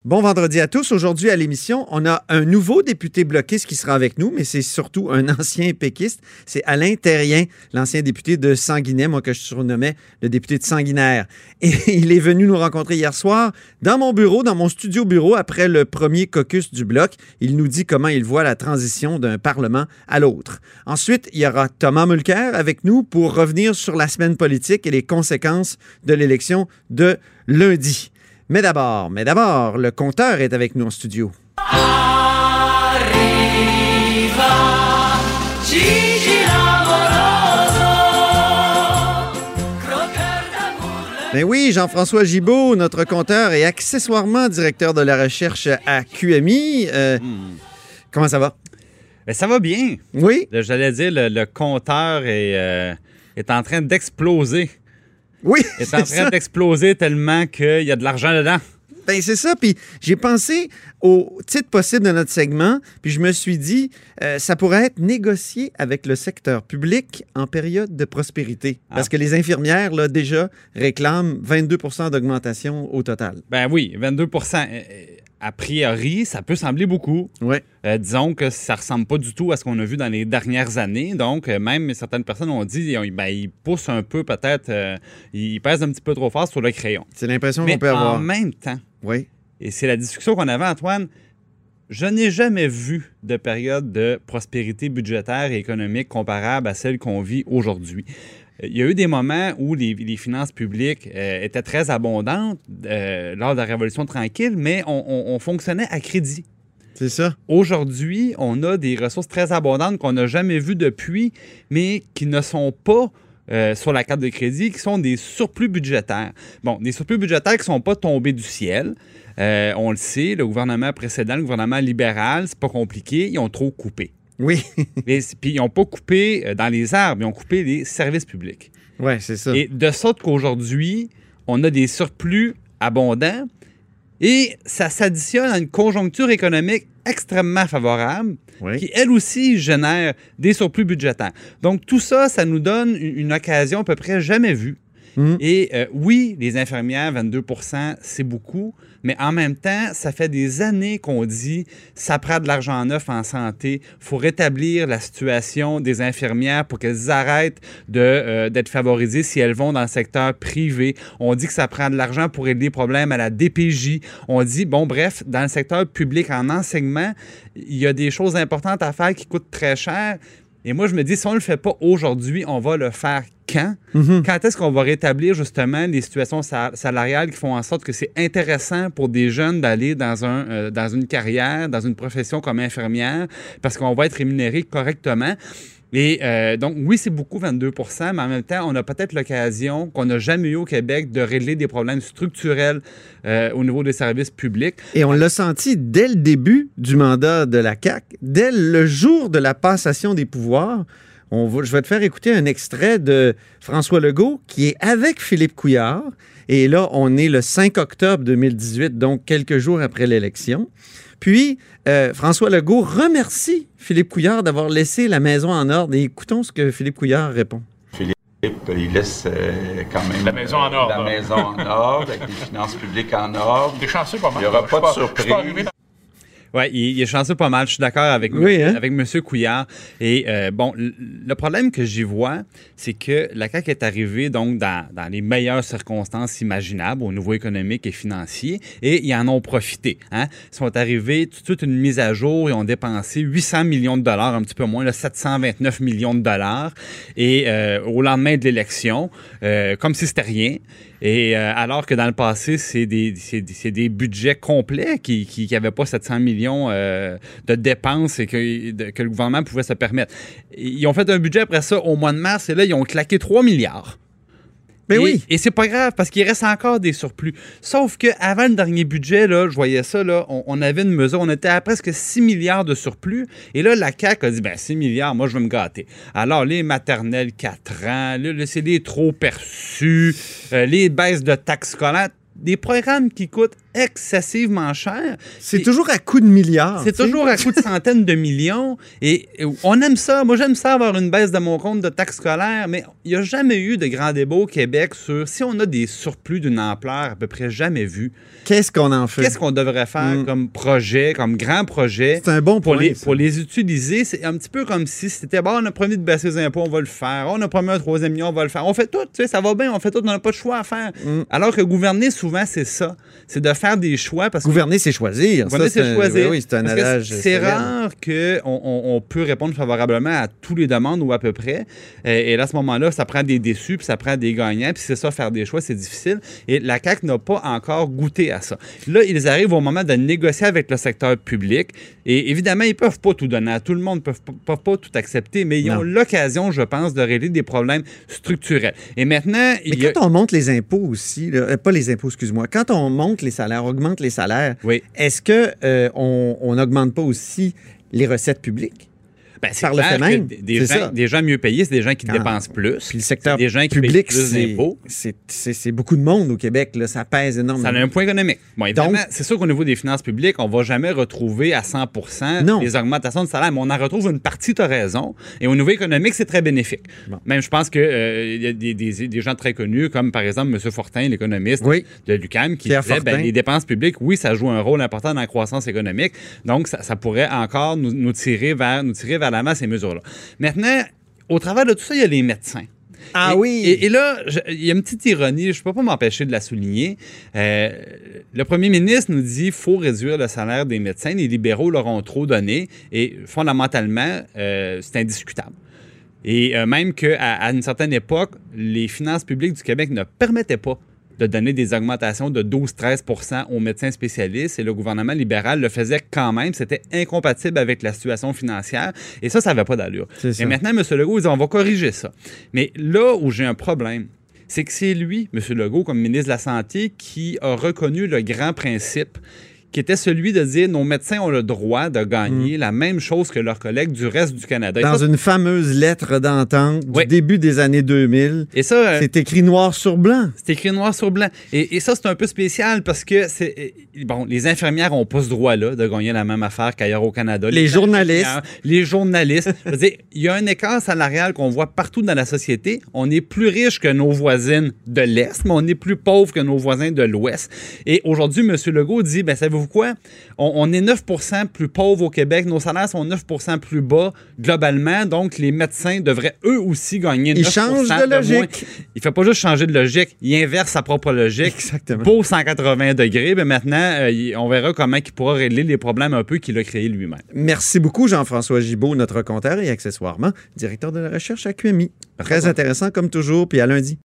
Bon vendredi à tous. Aujourd'hui à l'émission, on a un nouveau député bloquiste qui sera avec nous, mais c'est surtout un ancien péquiste. C'est Alain Thérien, l'ancien député de Sanguinet, moi que je surnommais le député de Sanguinaire. Et il est venu nous rencontrer hier soir dans mon bureau, dans mon studio bureau, après le premier caucus du Bloc. Il nous dit comment il voit la transition d'un Parlement à l'autre. Ensuite, il y aura Thomas Mulcair avec nous pour revenir sur la semaine politique et les conséquences de l'élection de lundi. Mais d'abord, le compteur est avec nous en studio. Arriva Gigi Lamoroso. Ben oui, Jean-François Gibault, notre compteur et accessoirement directeur de la recherche à QMI. Comment ça va? Ben, ça va bien. Oui? J'allais dire, le compteur est en train d'exploser. Oui, est en train d'exploser tellement qu'il y a de l'argent dedans. Ben c'est ça. Puis j'ai pensé au titre possible de notre segment, puis je me suis dit, ça pourrait être négocié avec le secteur public en période de prospérité. Parce que les infirmières, là, déjà, réclament 22 % d'augmentation au total. Ben oui, 22 % a priori, ça peut sembler beaucoup. Oui. Disons que ça ne ressemble pas du tout à ce qu'on a vu dans les dernières années. Donc, même certaines personnes ont dit ils poussent un peu, peut-être, ils pèsent un petit peu trop fort sur le crayon. C'est l'impression qu'on peut avoir. Mais en même temps, oui. Et c'est la discussion qu'on avait, Antoine, je n'ai jamais vu de période de prospérité budgétaire et économique comparable à celle qu'on vit aujourd'hui. Il y a eu des moments où les finances publiques étaient très abondantes lors de la Révolution tranquille, mais on fonctionnait à crédit. C'est ça. Aujourd'hui, on a des ressources très abondantes qu'on n'a jamais vues depuis, mais qui ne sont pas sur la carte de crédit, qui sont des surplus budgétaires. Bon, des surplus budgétaires qui ne sont pas tombés du ciel. On le sait, le gouvernement précédent, le gouvernement libéral, c'est pas compliqué, ils ont trop coupé. Oui. Puis ils n'ont pas coupé dans les arbres, ils ont coupé les services publics. Oui, c'est ça. Et de sorte qu'aujourd'hui, on a des surplus abondants et ça s'additionne à une conjoncture économique extrêmement favorable qui, elle aussi, génère des surplus budgétaires. Donc, tout ça, ça nous donne une occasion à peu près jamais vue. Et oui, les infirmières, 22 %, c'est beaucoup, mais en même temps, ça fait des années qu'on dit ça prend de l'argent neuf en santé, il faut rétablir la situation des infirmières pour qu'elles arrêtent d'être favorisées si elles vont dans le secteur privé. On dit que ça prend de l'argent pour régler les problèmes à la DPJ. On dit, bon, bref, dans le secteur public, en enseignement, il y a des choses importantes à faire qui coûtent très cher. Et moi, je me dis, si on ne le fait pas aujourd'hui, on va le faire quand? Quand est-ce qu'on va rétablir justement les situations salariales qui font en sorte que c'est intéressant pour des jeunes d'aller dans une carrière, dans une profession comme infirmière, parce qu'on va être rémunéré correctement? Et donc, oui, c'est beaucoup, 22 %, mais en même temps, on a peut-être l'occasion qu'on n'a jamais eu au Québec de régler des problèmes structurels au niveau des services publics. Et on l'a senti dès le début du mandat de la CAQ, dès le jour de la passation des pouvoirs. Je vais te faire écouter un extrait de François Legault qui est avec Philippe Couillard. Et là, on est le 5 octobre 2018, donc quelques jours après l'élection. Puis, François Legault remercie Philippe Couillard d'avoir laissé la maison en ordre. Et écoutons ce que Philippe Couillard répond. Philippe, il laisse quand même la maison en ordre. La maison en ordre, avec les finances publiques en ordre. T'es chanceux pas mal. Il n'y aura pas de surprise. Oui, il est chanceux pas mal. Je suis d'accord avec M. Couillard. Et bon, le problème que j'y vois, c'est que la CAQ est arrivée donc dans les meilleures circonstances imaginables au niveau économique et financier et ils en ont profité. Hein? Ils sont arrivés toute une mise à jour. Ils ont dépensé 800 millions de dollars, un petit peu moins, là, 729 millions de dollars. Et au lendemain de l'élection, comme si c'était rien. Et alors que dans le passé, c'est des budgets complets qui n'avaient pas 700 millions de dépenses et que le gouvernement pouvait se permettre. Ils ont fait un budget après ça au mois de mars et là, ils ont claqué 3 milliards. Mais oui. Et c'est pas grave parce qu'il reste encore des surplus. Sauf qu'avant le dernier budget, là, je voyais ça, là, on avait une mesure, on était à presque 6 milliards de surplus. Et là, la CAQ a dit, 6 milliards, moi, je vais me gâter. Alors, les maternelles 4 ans, là, c'est les trop perçus, les baisses de taxes scolaires, des programmes qui coûtent excessivement cher. C'est toujours à coût de milliards. C'est toujours à coût de centaines de millions. Et on aime ça. Moi, j'aime ça avoir une baisse de mon compte de taxes scolaires, mais il n'y a jamais eu de grand débat au Québec sur si on a des surplus d'une ampleur à peu près jamais vue. Qu'est-ce qu'on en fait? Qu'est-ce qu'on devrait faire comme projet, comme grand projet? C'est un bon point, pour les utiliser. C'est un petit peu comme si c'était bon, on a promis de baisser les impôts, on va le faire. On a promis un 3e million, on va le faire. On fait tout, tu sais, ça va bien, on fait tout, on n'a pas de choix à faire. Alors que gouverner, souvent, c'est ça. C'est de faire des choix. Parce que gouverner, c'est choisir. Gouverner, c'est choisir. Oui, c'est un adage. C'est rare qu'on peut répondre favorablement à toutes les demandes ou à peu près. Et là, à ce moment-là, ça prend des déçus, puis ça prend des gagnants. Puis c'est ça, faire des choix, c'est difficile. Et la CAQ n'a pas encore goûté à ça. Là, ils arrivent au moment de négocier avec le secteur public. Et évidemment, ils ne peuvent pas tout donner à tout le monde, ils ne peuvent pas tout accepter, mais ils ont l'occasion, je pense, de régler des problèmes structurels. Et maintenant... Mais quand on monte les impôts aussi, pas les impôts, excuse-moi, quand on monte les salaires, augmente les salaires, est-ce qu'on n'augmente pas aussi les recettes publiques? Ben, par le fait même. Des gens mieux payés, c'est des gens qui dépensent plus. Puis le secteur des gens qui public, payent plus d'impôts. C'est beaucoup de monde au Québec. Là, ça pèse énormément. Ça a un point économique. Bon, évidemment, donc, c'est sûr qu'au niveau des finances publiques, on ne va jamais retrouver à 100% les augmentations de salaire, mais on en retrouve une partie, tu as raison. Et au niveau économique, c'est très bénéfique. Bon. Même, je pense qu'il y a des gens très connus, comme par exemple M. Fortin, l'économiste de l'UQAM, qui disait les dépenses publiques, oui, ça joue un rôle important dans la croissance économique. Donc, ça pourrait encore nous tirer vers l'avant ces mesures-là. Maintenant, au travers de tout ça, il y a les médecins. Et là, il y a une petite ironie, je ne peux pas m'empêcher de la souligner. Le premier ministre nous dit qu'il faut réduire le salaire des médecins. Les libéraux leur ont trop donné et fondamentalement, c'est indiscutable. Et même qu'à une certaine époque, les finances publiques du Québec ne permettaient pas de donner des augmentations de 12-13 aux médecins spécialistes. Et le gouvernement libéral le faisait quand même. C'était incompatible avec la situation financière. Et ça n'avait pas d'allure. Et maintenant, M. Legault, il dit on va corriger ça. Mais là où j'ai un problème, c'est que c'est lui, M. Legault, comme ministre de la Santé, qui a reconnu le grand principe qui était celui de dire nos médecins ont le droit de gagner la même chose que leurs collègues du reste du Canada. Dans une fameuse lettre d'entente du début des années 2000, et ça, c'est écrit noir sur blanc. C'est écrit noir sur blanc. Et ça, c'est un peu spécial parce que les infirmières n'ont pas ce droit-là de gagner la même affaire qu'ailleurs au Canada. Les journalistes. Les journalistes. Je veux dire, il y a un écart salarial qu'on voit partout dans la société. On est plus riche que nos voisines de l'Est, mais on est plus pauvre que nos voisins de l'Ouest. Et aujourd'hui, M. Legault dit, savez-vous quoi? On est 9 % plus pauvres au Québec. Nos salaires sont 9 % plus bas globalement. Donc, les médecins devraient eux aussi gagner 9 % Il change de logique. Moins. Il ne fait pas juste changer de logique. Il inverse sa propre logique. Exactement. Pour 180 degrés. Mais maintenant, on verra comment il pourra régler les problèmes un peu qu'il a créés lui-même. Merci beaucoup, Jean-François Gibault, notre compteur et accessoirement directeur de la recherche à QMI. Très intéressant comme toujours. Puis à lundi.